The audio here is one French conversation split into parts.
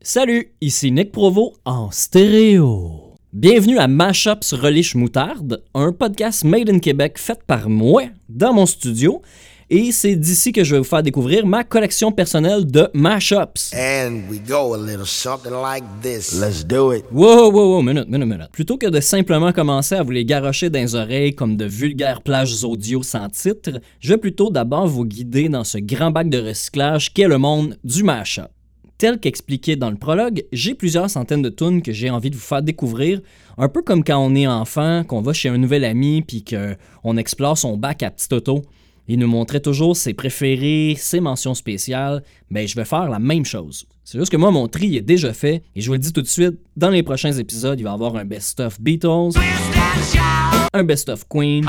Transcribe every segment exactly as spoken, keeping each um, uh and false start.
Salut, ici Nick Provo en stéréo. Bienvenue à Mashups Relish Moutarde, un podcast made in Québec fait par moi dans mon studio. Et c'est d'ici que je vais vous faire découvrir ma collection personnelle de mashups. And we go a little something like this. Let's do it. Wow, wow, wow, minute, minute, minute. Plutôt que de simplement commencer à vous les garrocher dans les oreilles comme de vulgaires plages audio sans titre, je vais plutôt d'abord vous guider dans ce grand bac de recyclage qu'est le monde du mashup. Tel qu'expliqué dans le prologue, j'ai plusieurs centaines de tunes que j'ai envie de vous faire découvrir, un peu comme quand on est enfant, qu'on va chez un nouvel ami puis qu'on explore son bac à petit auto. Il nous montrait toujours ses préférés, ses mentions spéciales. Ben, je vais faire la même chose. C'est juste que moi, mon tri est déjà fait. Et je vous le dis tout de suite, dans les prochains épisodes, il va y avoir un best-of Beatles, un best-of Queen,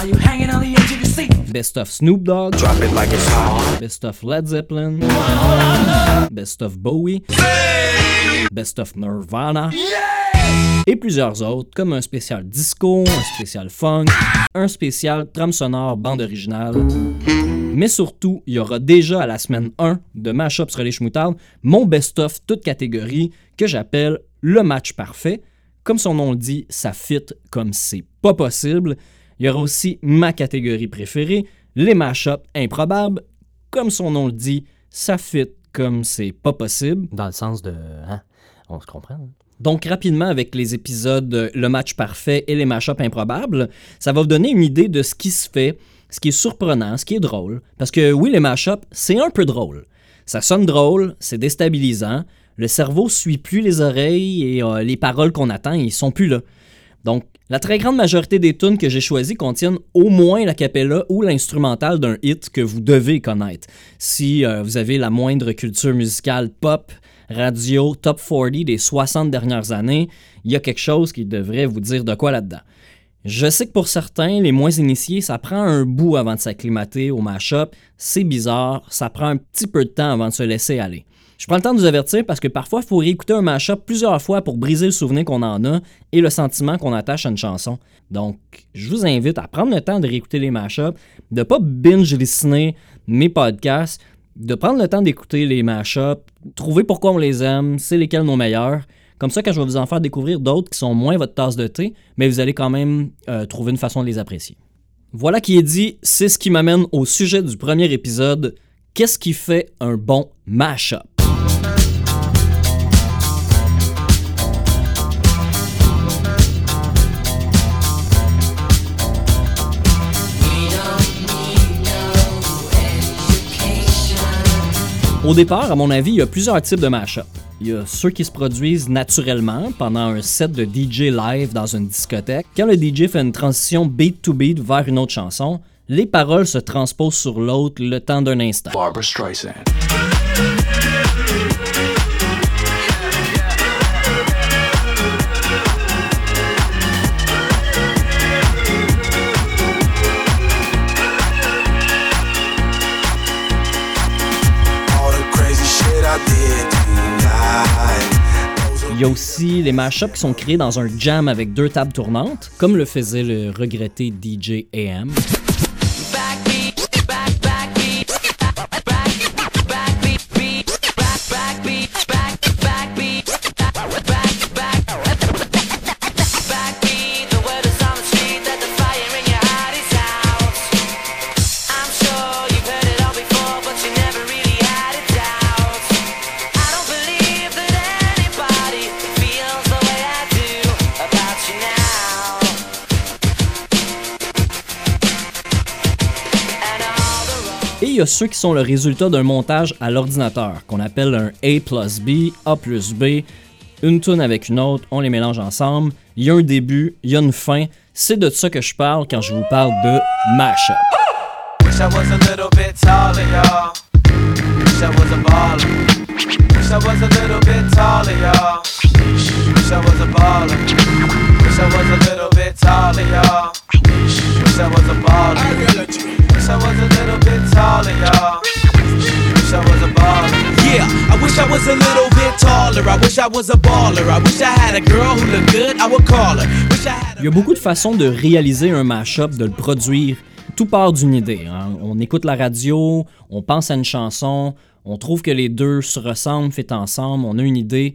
best-of Snoop Dogg, best-of Led Zeppelin, best-of Bowie, best-of Nirvana, et plusieurs autres, comme un spécial disco, un spécial funk, un spécial trame sonore bande originale. Mais surtout, il y aura déjà à la semaine un de Mashups Relish Moutarde mon best-of toute catégorie que j'appelle le match parfait. Comme son nom le dit, ça fit comme c'est pas possible. Il y aura aussi ma catégorie préférée, les mashups improbables. Comme son nom le dit, ça fit comme c'est pas possible. Dans le sens de... Hein? On se comprend, hein? Donc, rapidement, avec les épisodes Le match parfait et les mashups improbables, ça va vous donner une idée de ce qui se fait, ce qui est surprenant, ce qui est drôle. Parce que oui, les mashups, c'est un peu drôle. Ça sonne drôle, c'est déstabilisant. Le cerveau suit plus les oreilles et euh, les paroles qu'on attend, ils sont plus là. Donc, la très grande majorité des tunes que j'ai choisies contiennent au moins la cappella ou l'instrumental d'un hit que vous devez connaître. Si euh, vous avez la moindre culture musicale pop, radio, top quarante des soixante dernières années, il y a quelque chose qui devrait vous dire de quoi là-dedans. Je sais que pour certains, les moins initiés, ça prend un bout avant de s'acclimater au mashup. C'est bizarre, ça prend un petit peu de temps avant de se laisser aller. Je prends le temps de vous avertir parce que parfois, il faut réécouter un mashup plusieurs fois pour briser le souvenir qu'on en a et le sentiment qu'on attache à une chanson. Donc, je vous invite à prendre le temps de réécouter les mashups, de ne pas binge-listiner mes podcasts, de prendre le temps d'écouter les mashups, trouver pourquoi on les aime, c'est lesquels nos meilleurs. Comme ça, quand je vais vous en faire découvrir d'autres qui sont moins votre tasse de thé, mais vous allez quand même euh, trouver une façon de les apprécier. Voilà qui est dit, c'est ce qui m'amène au sujet du premier épisode. Qu'est-ce qui fait un bon mashup? Au départ, à mon avis, il y a plusieurs types de mashup. Il y a ceux qui se produisent naturellement pendant un set de D J live dans une discothèque. Quand le D J fait une transition beat to beat vers une autre chanson, les paroles se transposent sur l'autre le temps d'un instant. Barbra Streisand. Il y a aussi les mashups qui sont créés dans un jam avec deux tables tournantes, comme le faisait le regretté D J A M. Et il y a ceux qui sont le résultat d'un montage à l'ordinateur, qu'on appelle un A plus B, A plus B, une tune avec une autre, on les mélange ensemble, il y a un début, il y a une fin, c'est de ça que je parle quand je vous parle de mashup. Wish I was a little bit taller, y'all. Wish I was a baller. Wish I was a little bit taller, y'all. Wish I was a baller. Wish I was a little bit taller, y'all. Wish I was a baller. Wish I was a little bit taller, y'all. Wish I was a baller. Yeah, I wish I was a little bit taller. I wish I was a baller. I wish I had a girl who looked good, I would call her. Wish I had a... Il y a beaucoup de façons de réaliser un mashup, de le produire. Tout part d'une idée. Hein. On écoute la radio, on pense à une chanson, on trouve que les deux se ressemblent, fit ensemble, on a une idée,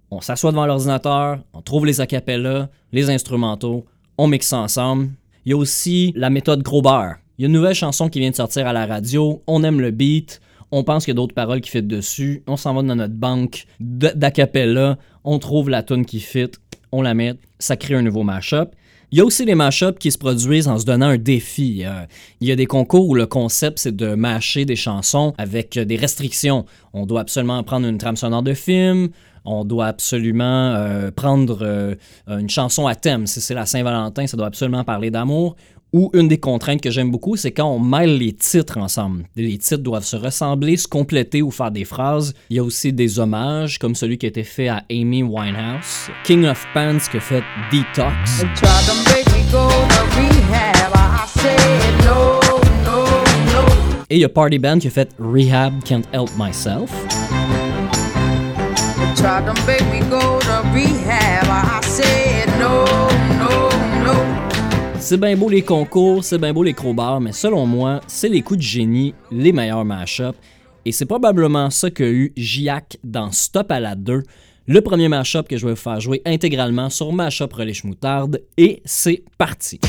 On s'assoit devant l'ordinateur, on trouve les acapellas, les instrumentaux, on mixe ça ensemble. Il y a aussi la méthode gros beurre. Il y a une nouvelle chanson qui vient de sortir à la radio, on aime le beat, on pense qu'il y a d'autres paroles qui fit dessus, on s'en va dans notre banque d'acapella, on trouve la tune qui fit, on la met, ça crée un nouveau mashup. Il y a aussi les mashups qui se produisent en se donnant un défi. Euh, il y a des concours où le concept, c'est de masher des chansons avec des restrictions. On doit absolument prendre une trame sonore de film, on doit absolument euh, prendre euh, une chanson à thème. Si c'est la Saint-Valentin, ça doit absolument parler d'amour. Ou une des contraintes que j'aime beaucoup, c'est quand on mêle les titres ensemble. Les titres doivent se ressembler, se compléter ou faire des phrases. Il y a aussi des hommages, comme celui qui a été fait à Amy Winehouse. King of Pants qui a fait Detox. Et il y a Party Band qui a fait Rehab Can't Help Myself. C'est bien beau les concours, c'est bien beau les crowbars, mais selon moi, c'est les coups de génie, les meilleurs mashups. Et c'est probablement ça qu'a eu Giac dans Stop à la deux, le premier mashup que je vais vous faire jouer intégralement sur Mashup Relish Moutarde. Et c'est parti!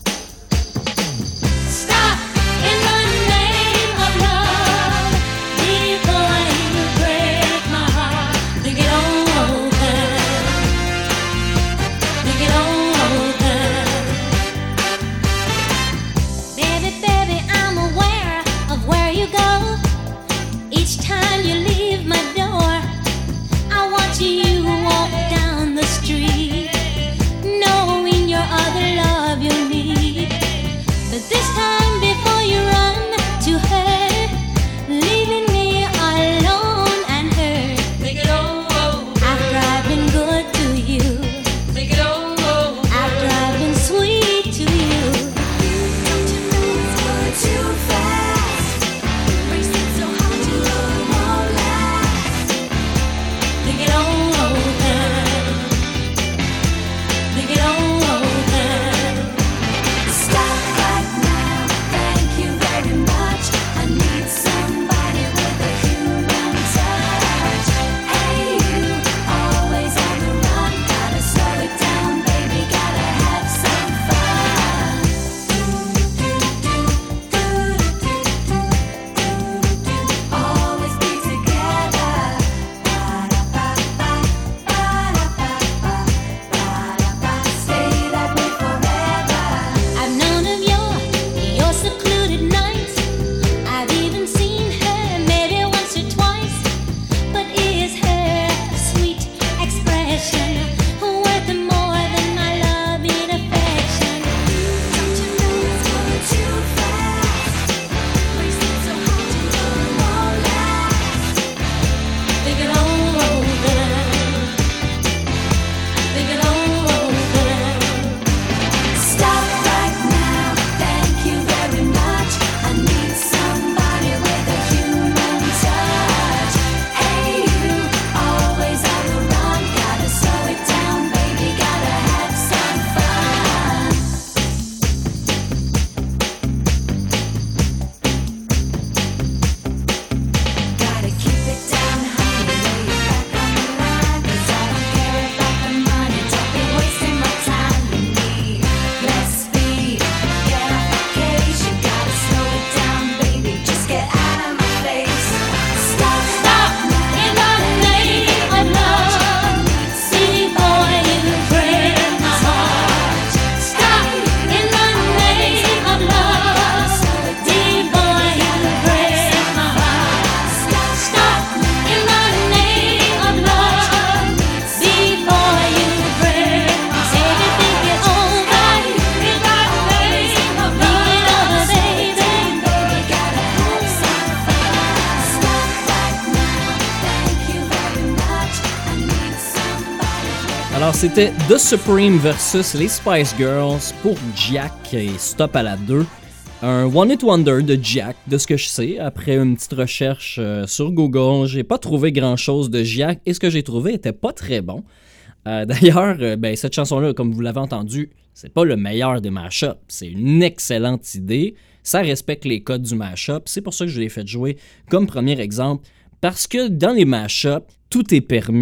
Alors, c'était The Supreme versus les Spice Girls pour Giac et Stop à la deux. Un One Hit Wonder de Giac, de ce que je sais. Après une petite recherche euh, sur Google, j'ai pas trouvé grand-chose de Giac et ce que j'ai trouvé était pas très bon. Euh, d'ailleurs, euh, ben, cette chanson-là, comme vous l'avez entendu, c'est pas le meilleur des mashups. C'est une excellente idée. Ça respecte les codes du mashup. C'est pour ça que je l'ai fait jouer comme premier exemple. Parce que dans les mashups, tout est permis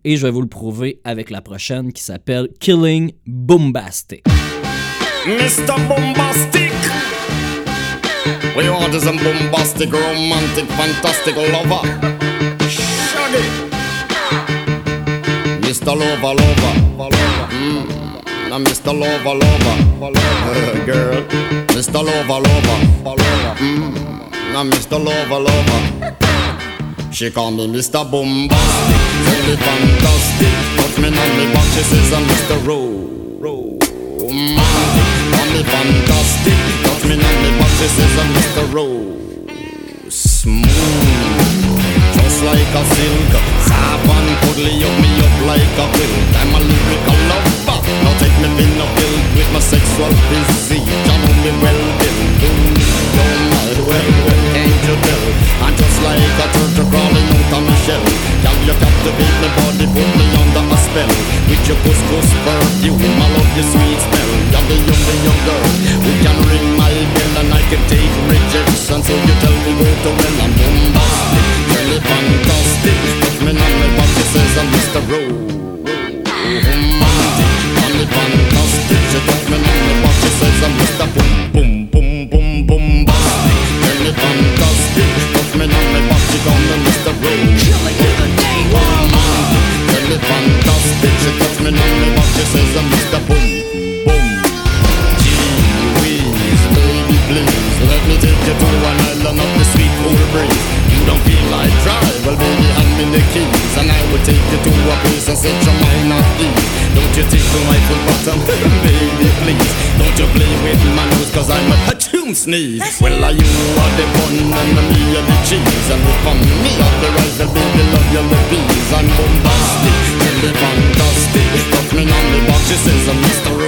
et je vais vous le prouver avec la prochaine qui s'appelle Killing Boombastic. mister Boombastic, we want is a bombastic, romantic, fantastic lover. Shaggy, mister Lover, Lover, mm. Now mister Lover, Lover, uh, girl, mister Lover, Lover, mm. Now mister Lover, Lover. She call me mister Boombastic, really fantastic. Touch me on me back, she says I'm mister Ro, Ro, romantic. Call me fantastic, touch me on me back, she says I'm mister Ro, smooth, just like a silk. Soft and cuddly, up me up like a quilt. I'm a lyrical lover, now take me pin up guilt with my sexual physique. You know me well, Bill, do me, don't mind, well, well, can't you tell? I'm just like a turtle crawling out of my shell. Girl, you captivate my body, put me under a spell. With your couscous perfume, I love your sweet smell. You're the young, the young girl who can ring my bell and I can take rejection. So you tell me go to well, I'm bombastic, really fantastic. Touch me on my back, she says I'm mister Ro, romantic. I'm the fantastic. She touch me on my back, she says I'm mister Boom, boom, boom, boom, bombastic, really fantastic. Touch me on my back, she call me mister Ro, killing in the name of romantic, really fantastic. She touch me on my back, she says I'm mister Boom, boom. Gee whiz, baby please, let me take you to an island of the sweet cool breeze. You don't feel like drive, well baby hand me the keys, and I will take you to a place and set your mind at ease. Don't you take the my full bottom, baby please. Don't you play with my nose, cause I'm a tune sneeze. Well are you are the bun and me are the cheese, and from me are the rice, well baby love you the bees. I'm bombastic, really fantastic. Touch me on the box, she says I'm mister Ro,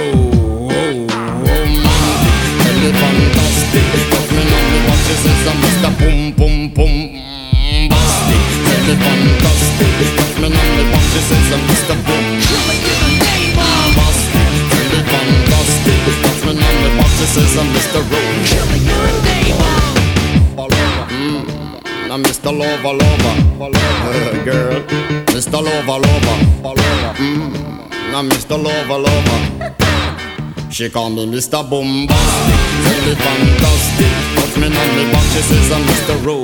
romantic, really fantastic. Touch me on the box, she says I'm mister Boom, boom, boom, bastic, really fantastic. Touch me on the box, she says I'm mister Boom, killing in the name of bastic, really fantastic. Touch me on the box, she says I'm mister Ro, killing in the name of mm. Now mister Lover, Lover, uh, girl, mister Lover, Lover, mm. Now mister Lover, Lover. She call me mister Boombastic, really fantastic. Touch me on me back, she says I'm mister Ro,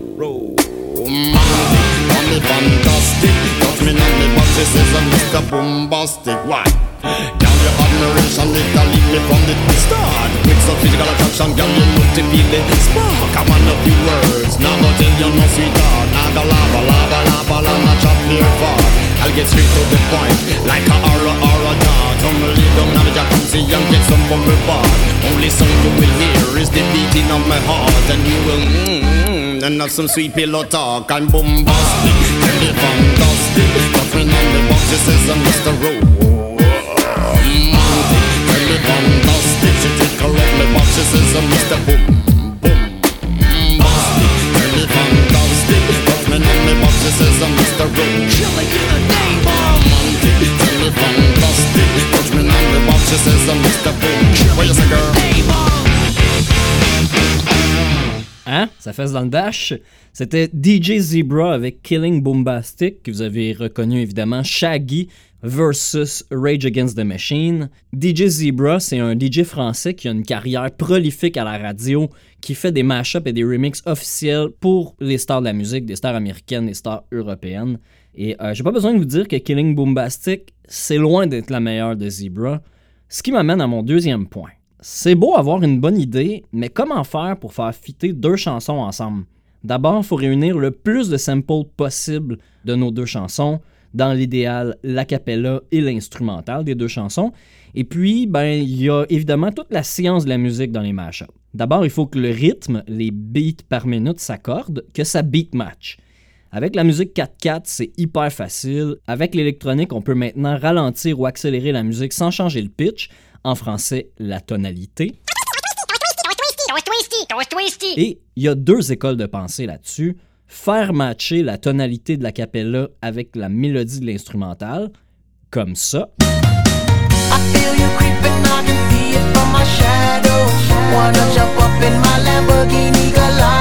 romantic. Call me fantastic. Touch me on me back, she says I'm mister Boombastic. Why? Girl, your admiration, it can lead me from the start. With some physical attraction, girl, you know to feel the spark. I want a few words, now go tell you no sweetheart. I go lava, lava, lava, lava, not chop near far. I'll get straight to the point, like a aura, aura dart. Tumble it down, now I come see and get some from my bar. Only song you will hear is the beating of my heart, and you will mmm, and have some sweet pillow talk. I'm bombastic, really fantastic. Touch me on the box, she says I'm mister Ro, romantic, really fantastic. She take her on the box, she says I'm mister Boom, boom, bastic, really fantastic. Touch me on the box, she says I'm mister Ro, killing in the name of romantic, really fantastic. Touch me on the box, she says I'm mister Boom. What you say, girl? Hein? Ça fait dans le dash. C'était D J Zebra avec Killing Boombastic, que vous avez reconnu évidemment, Shaggy versus Rage Against the Machine. D J Zebra, c'est un D J français qui a une carrière prolifique à la radio, qui fait des mashups et des remixes officiels pour les stars de la musique, des stars américaines, des stars européennes. Et euh, j'ai pas besoin de vous dire que Killing Boombastic, c'est loin d'être la meilleure de Zebra. Ce qui m'amène à mon deuxième point. C'est beau avoir une bonne idée, mais comment faire pour faire fitter deux chansons ensemble? D'abord, il faut réunir le plus de samples possible de nos deux chansons, dans l'idéal, l'acapella et l'instrumental des deux chansons. Et puis, ben, il y a évidemment toute la science de la musique dans les mashups. D'abord, il faut que le rythme, les beats par minute s'accordent, que ça beat match. Avec la musique quatre quatre, c'est hyper facile. Avec l'électronique, on peut maintenant ralentir ou accélérer la musique sans changer le pitch. En français, la tonalité. Et il y a deux écoles de pensée là-dessus. Faire matcher la tonalité de la cappella avec la mélodie de l'instrumental, comme ça. I feel you creeping, I can see it from my shadow. Wanna jump up in my Lamborghini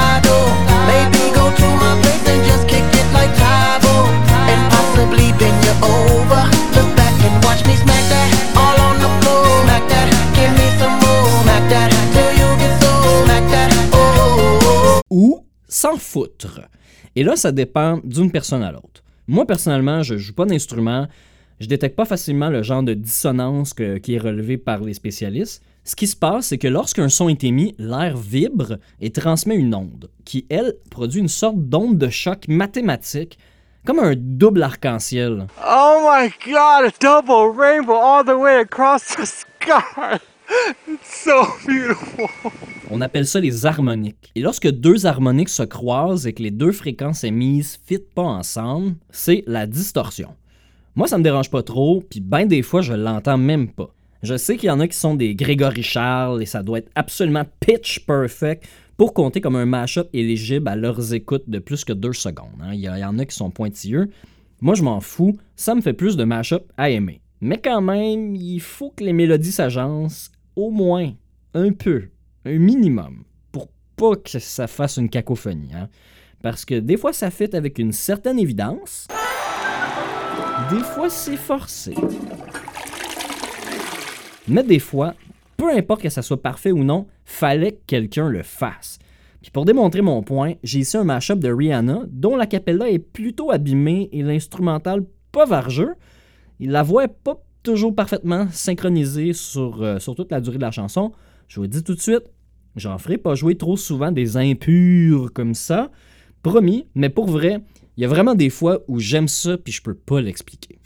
Gallardo. Maybe go to my place and just kick it like Tybo. And possibly bend your over. Look back and watch me smack that all on the floor. Smack that, give me some more. Smack that till you get so. Smack that, oh. Ou s'en foutre. Et là, ça dépend d'une personne à l'autre. Moi, personnellement, je joue pas d'instrument. Je détecte pas facilement le genre de dissonance que, qui est relevé par les spécialistes. Ce qui se passe, c'est que lorsqu'un son est émis, l'air vibre et transmet une onde, qui, elle, produit une sorte d'onde de choc mathématique, comme un double arc-en-ciel. Oh my god, a double rainbow all the way across the sky! It's so beautiful! On appelle ça les harmoniques. Et lorsque deux harmoniques se croisent et que les deux fréquences émises ne fitent pas ensemble, c'est la distorsion. Moi, ça me dérange pas trop, puis ben des fois, je l'entends même pas. Je sais qu'il y en a qui sont des Grégory Charles et ça doit être absolument pitch perfect pour compter comme un mash-up éligible à leurs écoutes de plus que deux secondes. Hein. Il y, y en a qui sont pointilleux. Moi, je m'en fous. Ça me fait plus de mash-up à aimer. Mais quand même, il faut que les mélodies s'agencent au moins un peu, un minimum, pour pas que ça fasse une cacophonie. Hein. Parce que des fois, ça fit avec une certaine évidence. Des fois, c'est forcé. Mais des fois, peu importe que ça soit parfait ou non, fallait que quelqu'un le fasse. Puis pour démontrer mon point, j'ai ici un mash-up de Rihanna, dont la cappella est plutôt abîmée et l'instrumental pas vargeux. La voix est pas toujours parfaitement synchronisée sur, euh, sur toute la durée de la chanson. Je vous le dis tout de suite, j'en ferai pas jouer trop souvent des impurs comme ça. Promis, mais pour vrai, il y a vraiment des fois où j'aime ça puis je peux pas l'expliquer.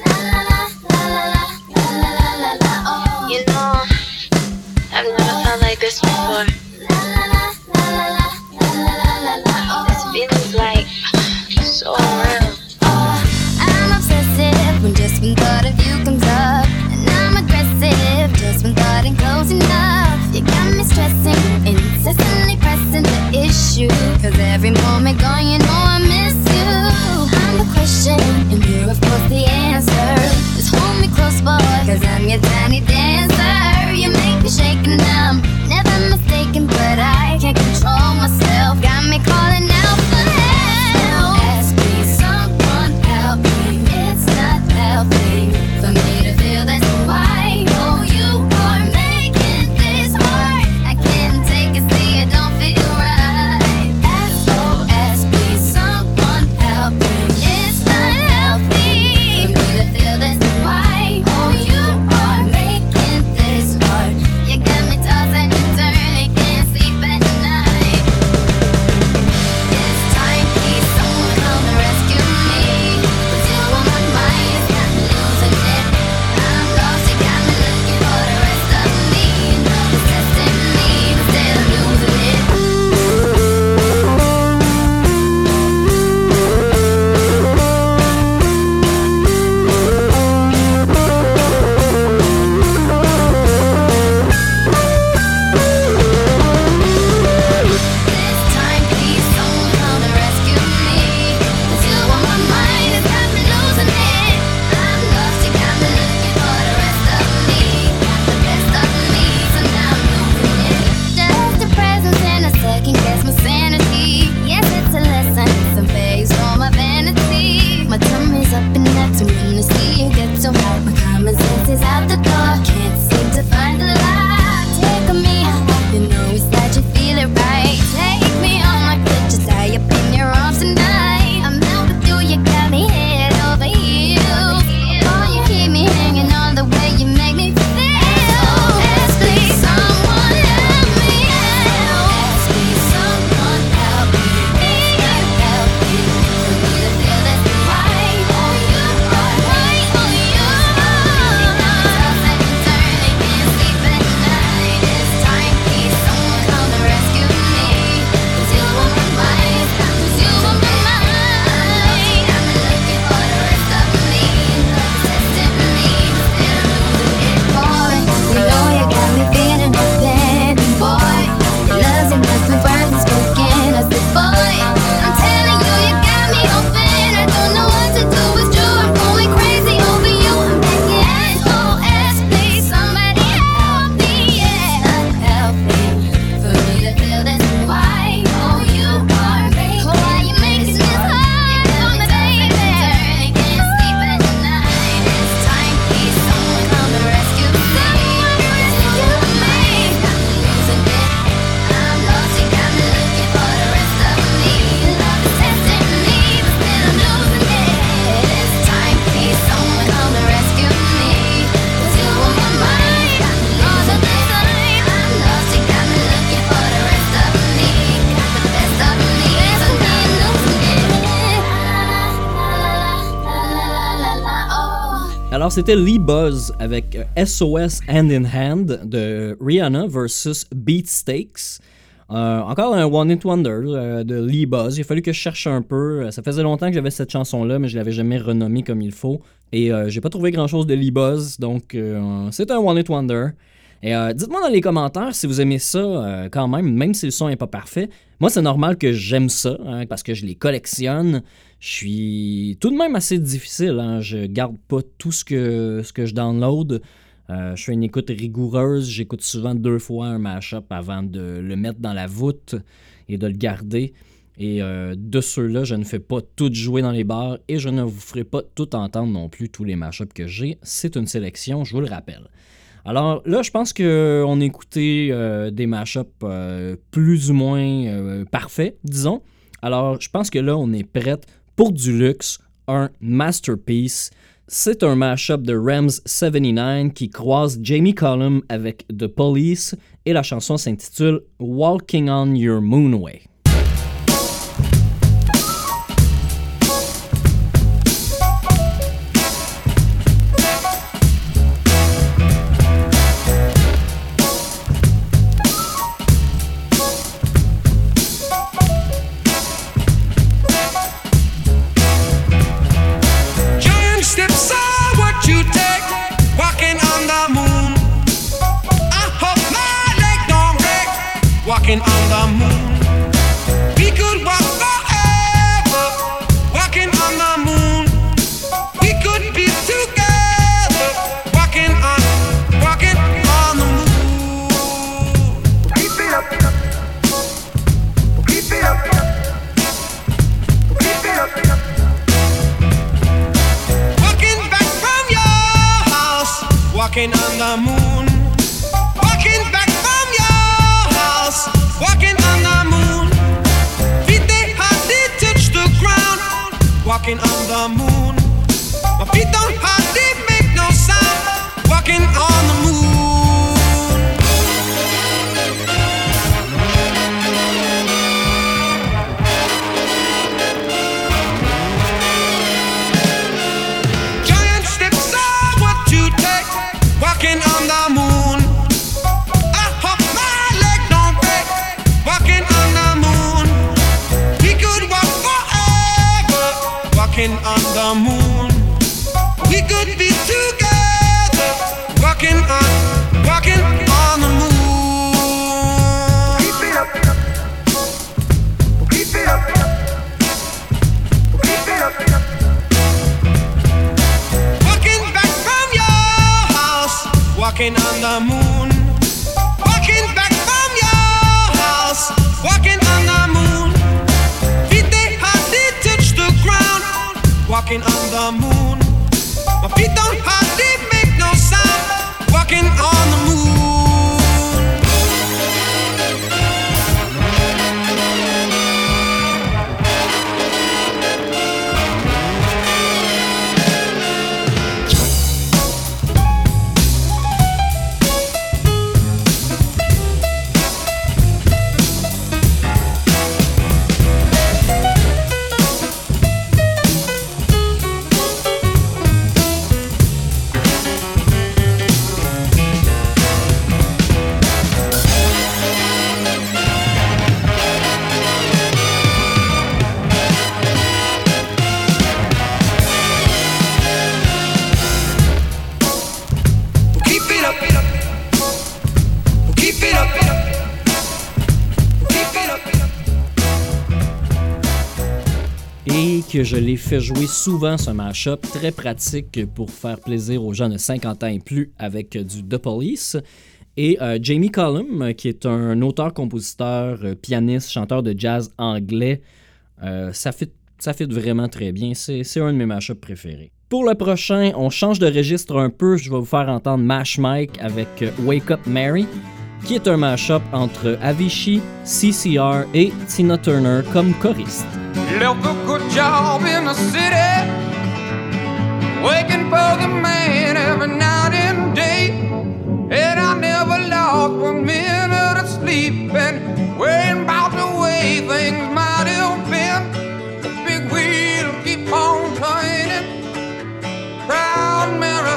You know, I've never felt like this before. This feeling's like so real. I'm obsessive when just one thought of you comes up. And I'm aggressive just when thought ain't close enough. You got me stressing, incessantly pressing the issue. Cause every moment gone, you know I miss you. I'm the question, and you're of course the answer. Just hold me close, boy, cause I'm your tiny dancer. You make me shake and I'm never mistaken. Alors, c'était Lee Buzz avec S O S Hand in Hand de Rihanna versus Beatsteaks. Euh, encore un One Hit Wonder euh, de Lee Buzz. Il a fallu que je cherche un peu. Ça faisait longtemps que j'avais cette chanson-là, mais je l'avais jamais renommée comme il faut. Et euh, j'ai pas trouvé grand-chose de Lee Buzz, donc euh, c'est un One Hit Wonder. Et euh, dites-moi dans les commentaires si vous aimez ça euh, quand même, même si le son n'est pas parfait. Moi, c'est normal que j'aime ça, hein, parce que je les collectionne. Je suis tout de même assez difficile. Hein, je garde pas tout ce que, ce que je download. Euh, je fais une écoute rigoureuse. J'écoute souvent deux fois un mashup avant de le mettre dans la voûte et de le garder. Et euh, de ceux-là, je ne fais pas tout jouer dans les bars et je ne vous ferai pas tout entendre non plus, tous les mashups que j'ai. C'est une sélection, je vous le rappelle. Alors là, je pense qu'on a écouté euh, des mashups euh, plus ou moins euh, parfaits, disons. Alors, je pense que là, on est prêt pour du luxe, un masterpiece. C'est un mashup de Rams soixante-dix-neuf qui croise Jamie Cullum avec The Police et la chanson s'intitule Walking on Your Moonway. Walking on the moon, we could walk forever. Walking on the moon, we could be together. Walking on, walking on the moon. Keep it up, keep it up, keep it up. Walking back from your house, walking on the moon. Walking back from your house. Walking on the moon, feet they hardly touch the ground. Walking on the moon, my feet don't hardly make no sound. Walking on the moon. Giant steps are what you take. Walking on the moon. Walking on the moon, we could walk forever. Walking on the moon, we could be together. Walking on, walking on the moon. Keep it up, keep it up, keep it up. Walking back from your house, walking on the moon. Walking back from your house. Walking on the moon, feet they hardly touch the ground. Walking on the moon, my feet don't hardly make no sound. Walking on the moon. Et que je l'ai fait jouer souvent ce mashup, très pratique pour faire plaisir aux gens de cinquante ans et plus avec du The Police. Et euh, Jamie Cullum, qui est un auteur-compositeur, euh, pianiste, chanteur de jazz anglais, euh, ça fit, ça fit vraiment très bien. C'est, c'est un de mes mashups préférés. Pour le prochain, on change de registre un peu. Je vais vous faire entendre Mash Mike avec euh, Wake Up Mary, qui est un mashup entre Avicii, C C R et Tina Turner comme choriste. Left a good job in the city, working for the man every night and day, and I never lost one minute of sleep, and worrying about the way things might have been. The big wheel keep on turning, proud Mary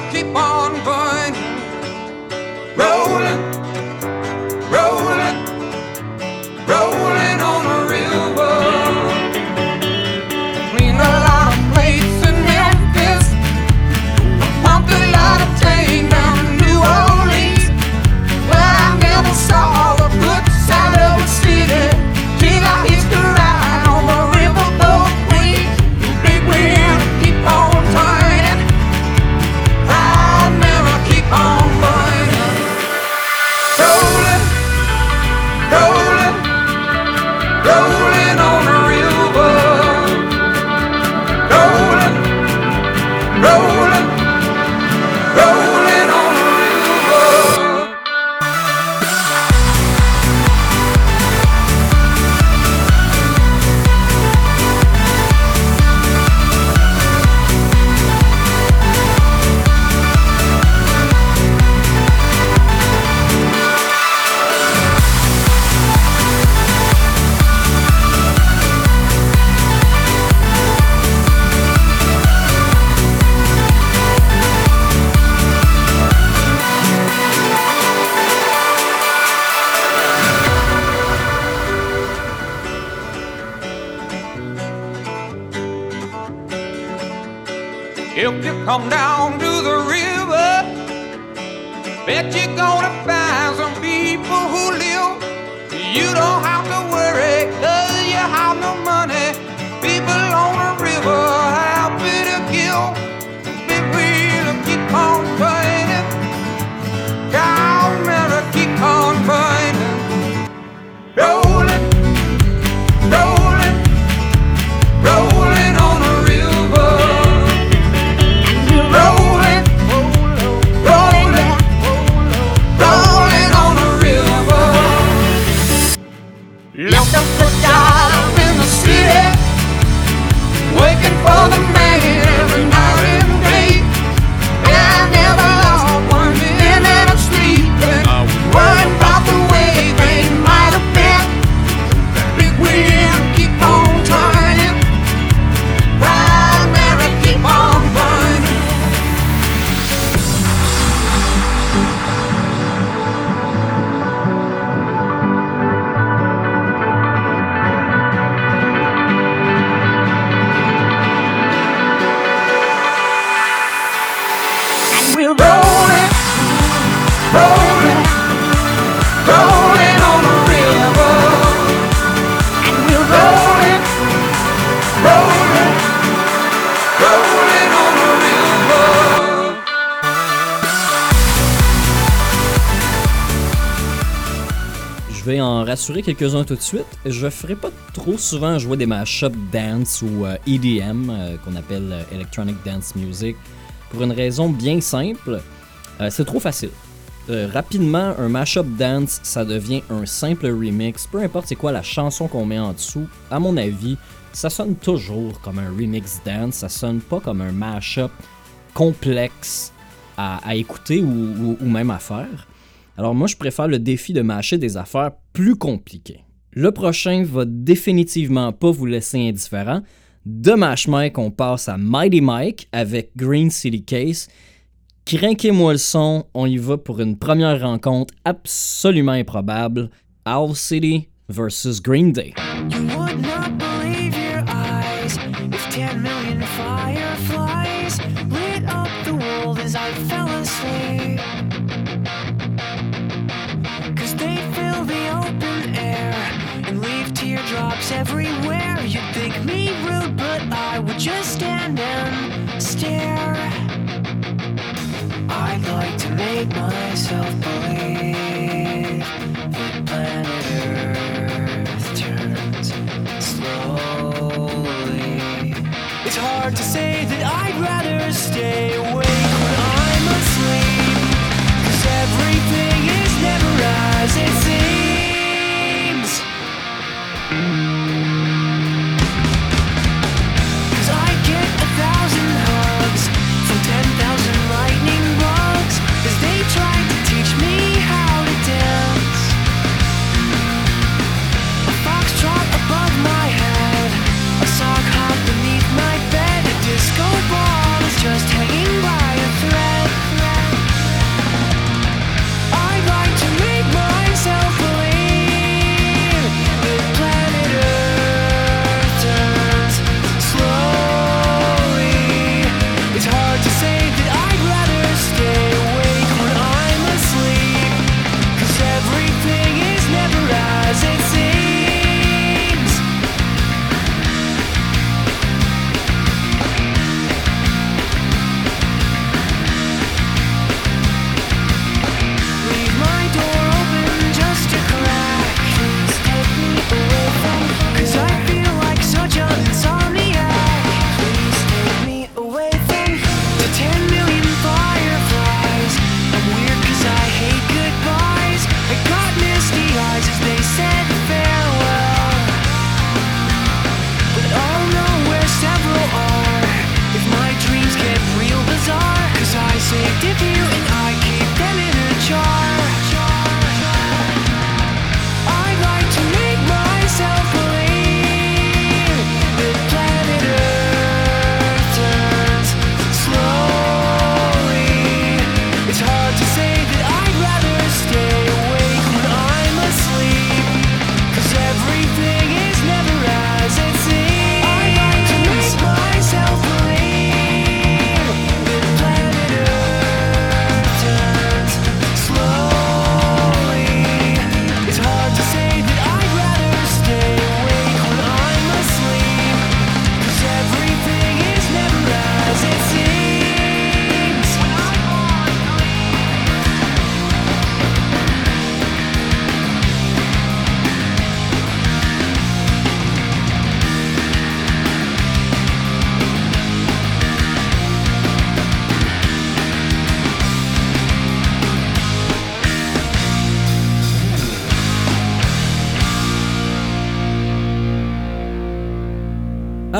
come down to the river. Bet you're gonna find some people who live. You don't have to worry, cause you have no money. People on the river happy to give. Be free to keep on fighting. God, man, to keep on fighting. Rolling, rolling, rolling on the river. Rolling, rolling, rolling on the river. Left up the job in the city, working for the man every night and day. And I never lost one minute of sleeping, worrying about the way things might have been. Big wheel keep on turning, Proud Mary keep on burning. We're rolling, rolling, rolling on the river. And we're rolling, rolling, rolling on the river. Je vais en rassurer quelques-uns tout de suite. Je ferai pas trop souvent jouer des mashups dance ou euh, E D M, euh, qu'on appelle euh, Electronic Dance Music, pour une raison bien simple, euh, c'est trop facile. Euh, rapidement, un mashup dance, ça devient un simple remix, peu importe c'est quoi la chanson qu'on met en dessous, à mon avis, ça sonne toujours comme un remix dance, ça sonne pas comme un mashup complexe à, à écouter ou, ou, ou même à faire. Alors moi, je préfère le défi de masher des affaires plus compliquées. Le prochain va définitivement pas vous laisser indifférent. De Mash Mike, on passe à Mighty Mike avec Green City Case. Crinquez-moi le son, on y va pour une première rencontre absolument improbable. Owl City versus Green Day. You would not believe your eyes if ten million fireflies lit up the world as I fell asleep. Cause they fill the open air and leave teardrops everywhere. You'd think me rude, but I would just stand and stare. I'd like to make myself believe that planet Earth turns slowly. It's hard to say that I'd rather stay awake when I'm asleep, 'cause everything is never as it seems. 'Cause I get a thousand hugs from ten thousand lightning bugs as they try to teach me how to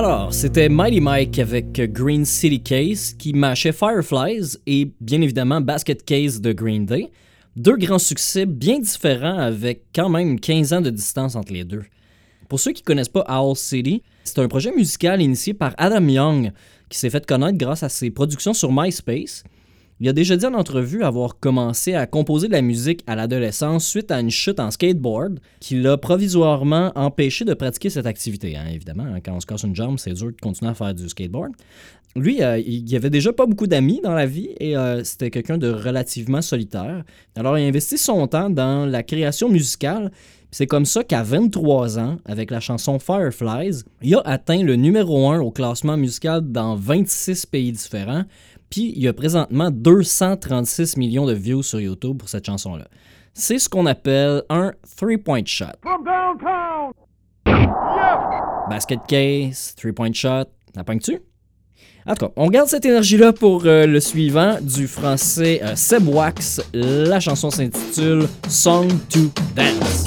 Alors, c'était Mighty Mike avec Green City Case qui mâchait Fireflies et bien évidemment Basket Case de Green Day. Deux grands succès bien différents avec quand même quinze ans de distance entre les deux. Pour ceux qui ne connaissent pas Owl City, c'est un projet musical initié par Adam Young qui s'est fait connaître grâce à ses productions sur MySpace. Il a déjà dit en entrevue avoir commencé à composer de la musique à l'adolescence suite à une chute en skateboard qui l'a provisoirement empêché de pratiquer cette activité. Hein, évidemment, hein, quand on se casse une jambe, c'est dur de continuer à faire du skateboard. Lui, euh, il n'y avait déjà pas beaucoup d'amis dans la vie et euh, c'était quelqu'un de relativement solitaire. Alors, il a investi son temps dans la création musicale. C'est comme ça qu'à vingt-trois ans, avec la chanson Fireflies, il a atteint le numéro un au classement musical dans vingt-six pays différents. Puis il y a présentement deux cent trente-six millions de views sur YouTube pour cette chanson-là. C'est ce qu'on appelle un three-point shot. From downtown! Yeah! Basket case, three-point shot, la pognes-tu? En tout cas, on garde cette énergie-là pour euh, le suivant du français euh, Seb Wax. La chanson s'intitule Song to Dance.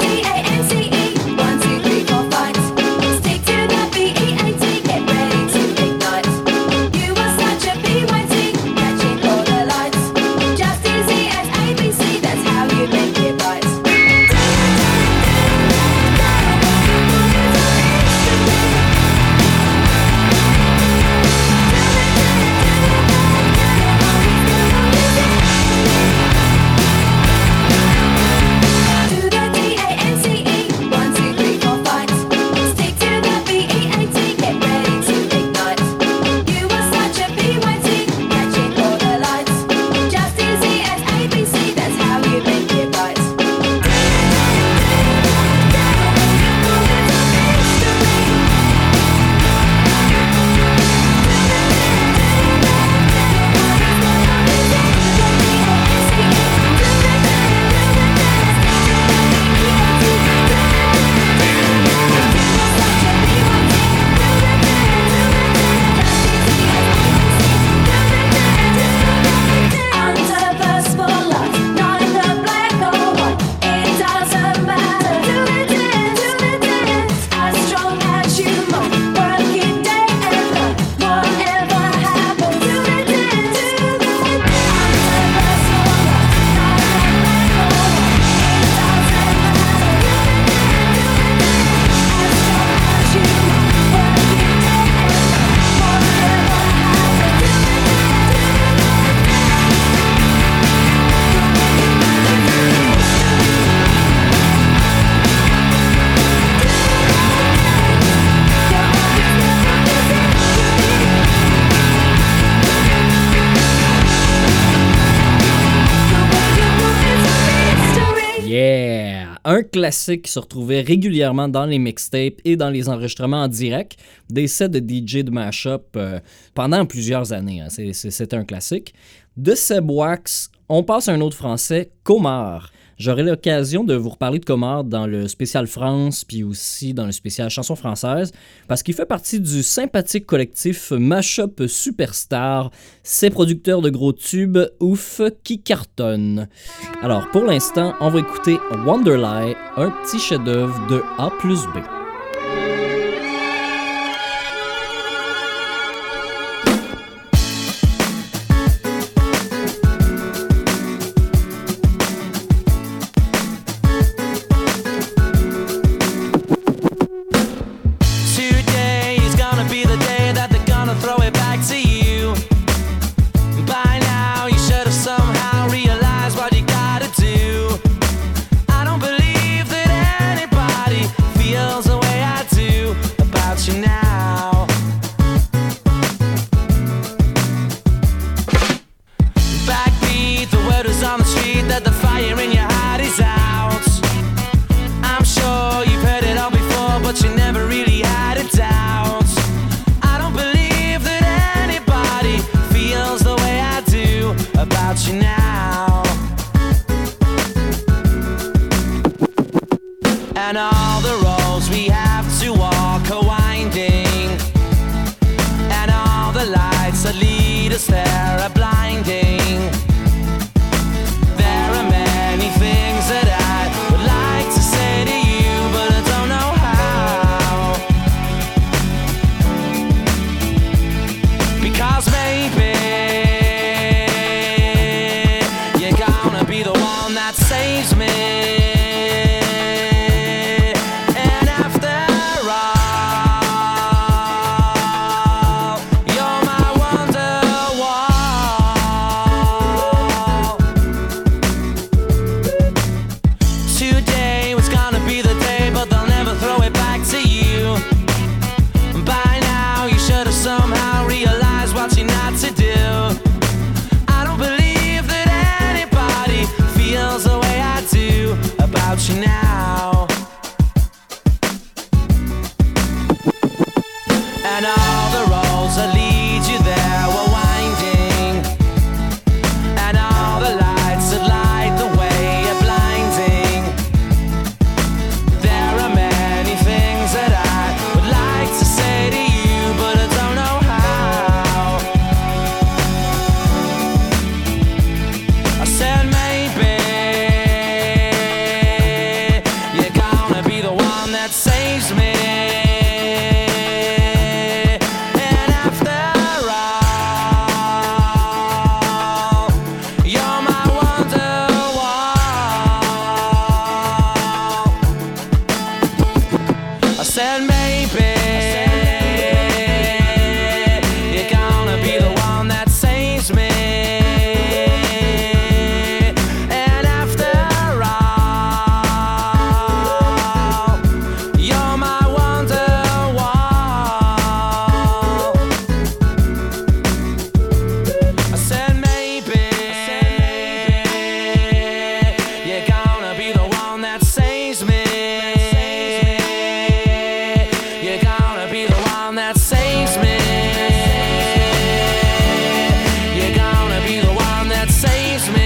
Un classique qui se retrouvait régulièrement dans les mixtapes et dans les enregistrements en direct des sets de D J de mashup euh, pendant plusieurs années. Hein. C'est, c'est, c'était un classique. De Seb Wax, on passe à un autre français, Comar. J'aurai l'occasion de vous reparler de Comar dans le spécial France, puis aussi dans le spécial chanson française, parce qu'il fait partie du sympathique collectif Mashup Superstar, ces producteurs de gros tubes ouf qui cartonnent. Alors pour l'instant, on va écouter Wonderlie, un petit chef-d'œuvre de A plus B. And all the roads we have to walk are winding, and all the lights that lead us there are blinding. There are many things that I would like to say to you, but I don't know how. saves me. And after all, you're my wonderwall. Today was gonna be the day, but they'll never throw it back to you. By now you should have somehow realized what you're not to do. I don't believe that anybody feels the way I do about you now. And all the roads that lead you there were winding, and all the lights that light the way are blinding. There are many things that I would like to say to you, but I don't know how. I said maybe you're gonna be the one that saves me. And after all, you're my wonderwall. I said maybe you're gonna be the one that saves me. And after all, you're my wonderwall. I said maybe you're gonna be the one that saves me. You're gonna be the one that saves me. You're gonna be the one that saves me.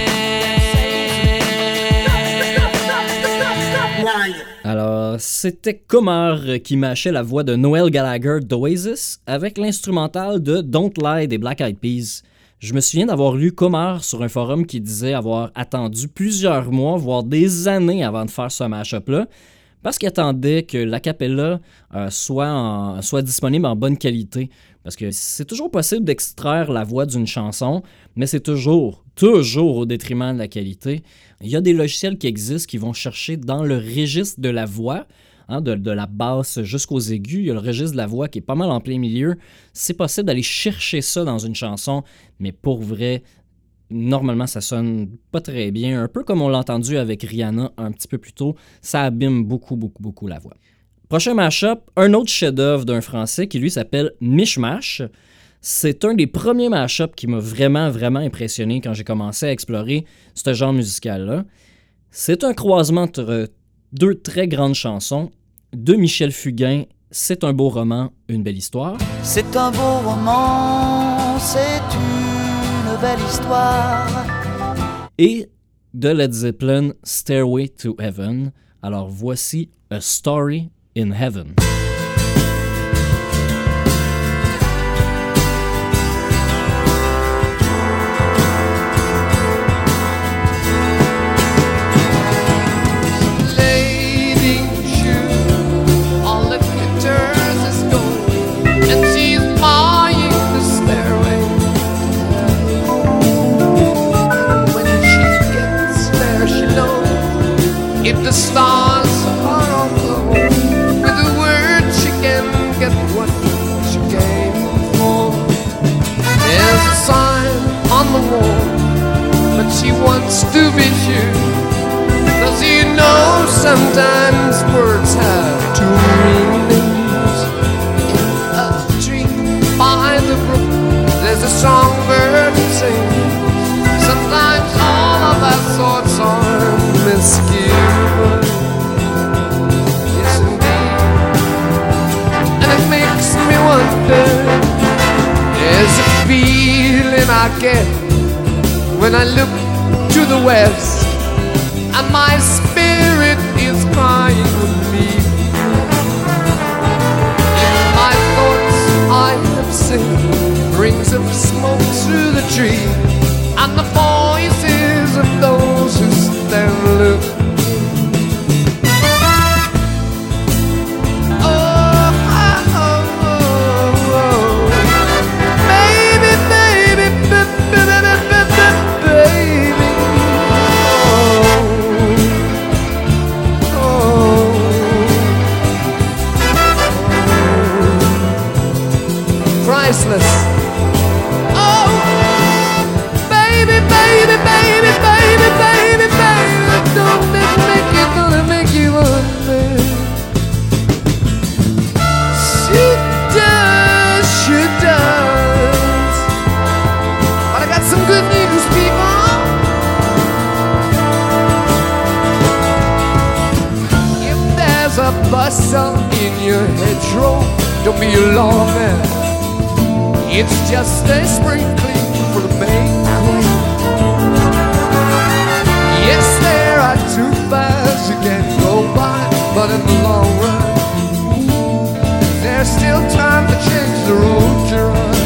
Alors, c'était Comar qui mâchait la voix de Noel Gallagher d'Oasis avec l'instrumental de Don't Lie des Black Eyed Peas. Je me souviens d'avoir lu Comar sur un forum qui disait avoir attendu plusieurs mois, voire des années avant de faire ce mash-up-là, parce qu'il attendait que l'acapella euh, soit, en- soit disponible en bonne qualité. Parce que c'est toujours possible d'extraire la voix d'une chanson, mais c'est toujours, toujours au détriment de la qualité. Il y a des logiciels qui existent qui vont chercher dans le registre de la voix, hein, de, de la basse jusqu'aux aigus. Il y a le registre de la voix qui est pas mal en plein milieu. C'est possible d'aller chercher ça dans une chanson, mais pour vrai, normalement, ça sonne pas très bien. Un peu comme on l'a entendu avec Rihanna un petit peu plus tôt, ça abîme beaucoup, beaucoup, beaucoup la voix. Prochain mashup, un autre chef-d'œuvre d'un Français qui lui s'appelle Mishmash. C'est un des premiers mashups qui m'a vraiment, vraiment impressionné quand j'ai commencé à explorer ce genre musical-là. C'est un croisement entre deux très grandes chansons de Michel Fugain. C'est un beau roman, une belle histoire. C'est un beau roman, c'est une belle histoire. Et de Led Zeppelin, Stairway to Heaven. Alors voici A Story in Heaven. Lady shoe, all the glitters is gold, and she's buying the stairway. When she gets there, she knows if the stars are aglow, with a word she can get what she came for. There's a sign on the wall, but she wants to be sure. Does you know sometimes words have two meanings? In a tree by the brook, there's a songbird that sings. Sometimes all of our thoughts are misgiven. Yes, indeed. And it makes me wonder, there's a feeling I get when I look to the west, and my spirit is crying with me. In my thoughts I have seen rings of smoke through the tree, and the voices of those who stand and look. Oh, oh, oh, oh. Baby, baby, baby, baby, baby, baby. Oh. bustle in your hedgerow. Don't be alarmed, it's just a sprinkling for the May Queen. Yes, there are two paths you can go by, but in the long run, there's still time to change the road you're on.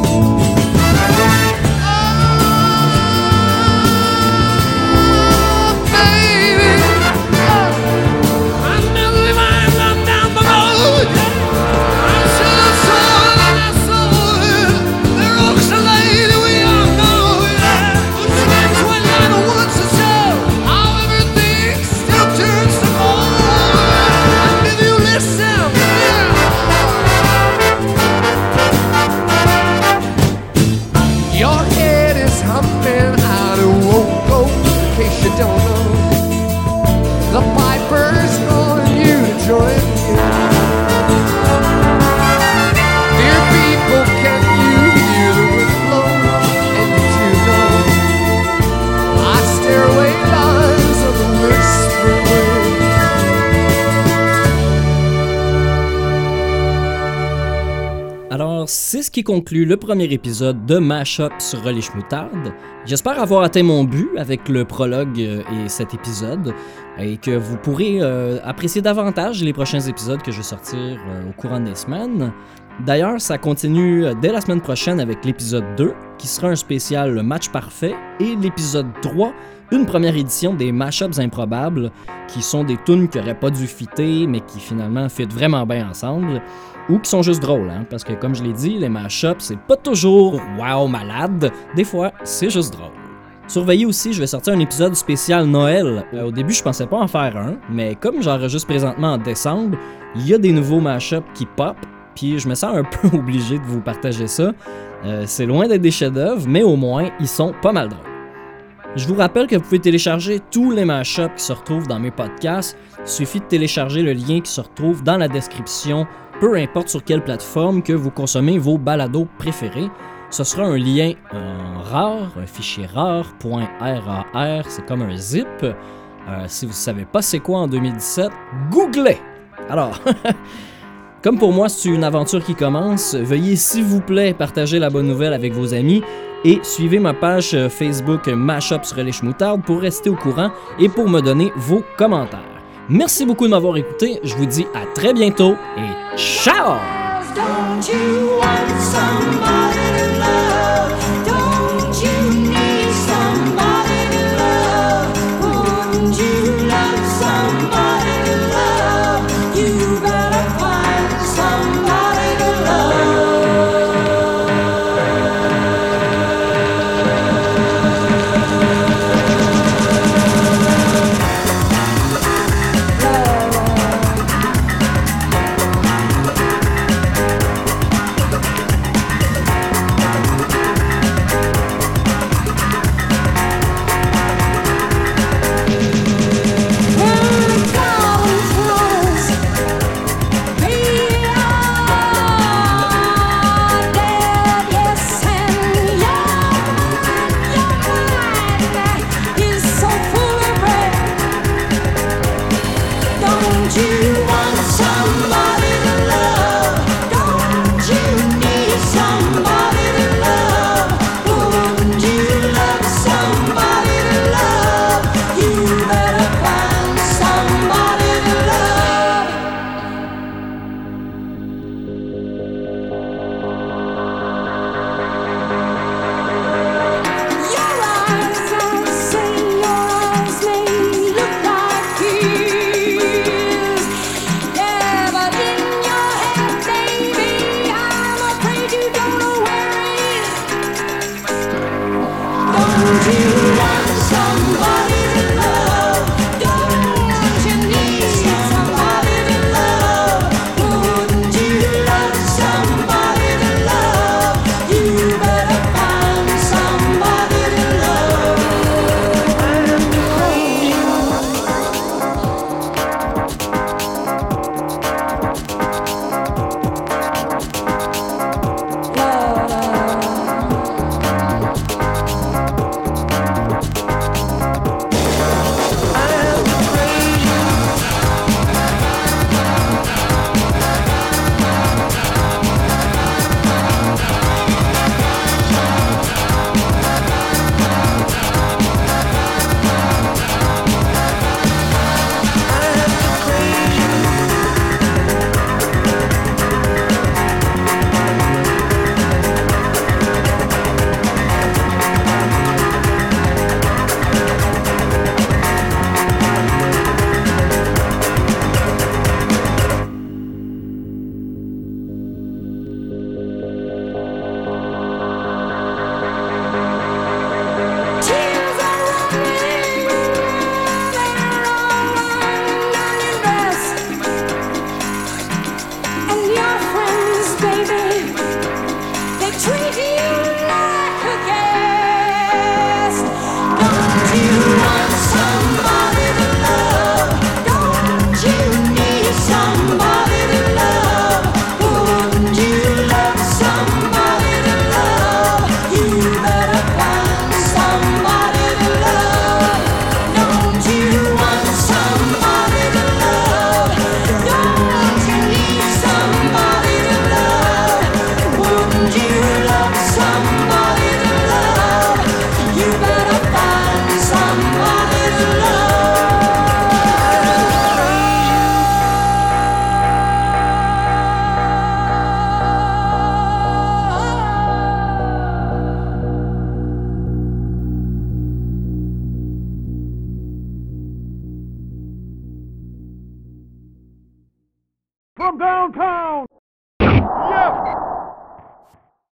C'est ce qui conclut le premier épisode de Mash-up sur Relish Moutarde. J'espère avoir atteint mon but avec le prologue et cet épisode et que vous pourrez euh, apprécier davantage les prochains épisodes que je vais sortir euh, au courant des semaines. D'ailleurs, ça continue dès la semaine prochaine avec l'épisode deux qui sera un spécial le match parfait et l'épisode trois, une première édition des Mash-ups improbables qui sont des tunes qui n'auraient pas dû fitter mais qui finalement fit vraiment bien ensemble. Ou qui sont juste drôles, hein, parce que comme je l'ai dit, les mash-ups, c'est pas toujours wow malade, des fois, c'est juste drôle. Surveillez aussi, je vais sortir un épisode spécial Noël. Euh, au début, je pensais pas en faire un, mais comme j'enregistre présentement en décembre, il y a des nouveaux mash-ups qui pop, puis je me sens un peu obligé de vous partager ça. Euh, c'est loin d'être des chefs-d'œuvre, mais au moins, ils sont pas mal drôles. Je vous rappelle que vous pouvez télécharger tous les mash-ups qui se retrouvent dans mes podcasts. Il suffit de télécharger le lien qui se retrouve dans la description, peu importe sur quelle plateforme que vous consommez vos balados préférés. Ce sera un lien en rare, un fichier rare, .rar, c'est comme un zip. Euh, si vous ne savez pas c'est quoi en deux mille dix-sept, googlez! Alors, comme pour moi c'est une aventure qui commence, veuillez s'il vous plaît partager la bonne nouvelle avec vos amis et suivez ma page Facebook Mash-up sur Relish Moutarde pour rester au courant et pour me donner vos commentaires. Merci beaucoup de m'avoir écouté, je vous dis à très bientôt et ciao! Don't you want somebody to love? Don't you need somebody to love? Wouldn't you love somebody to love? You better find somebody to love. from downtown.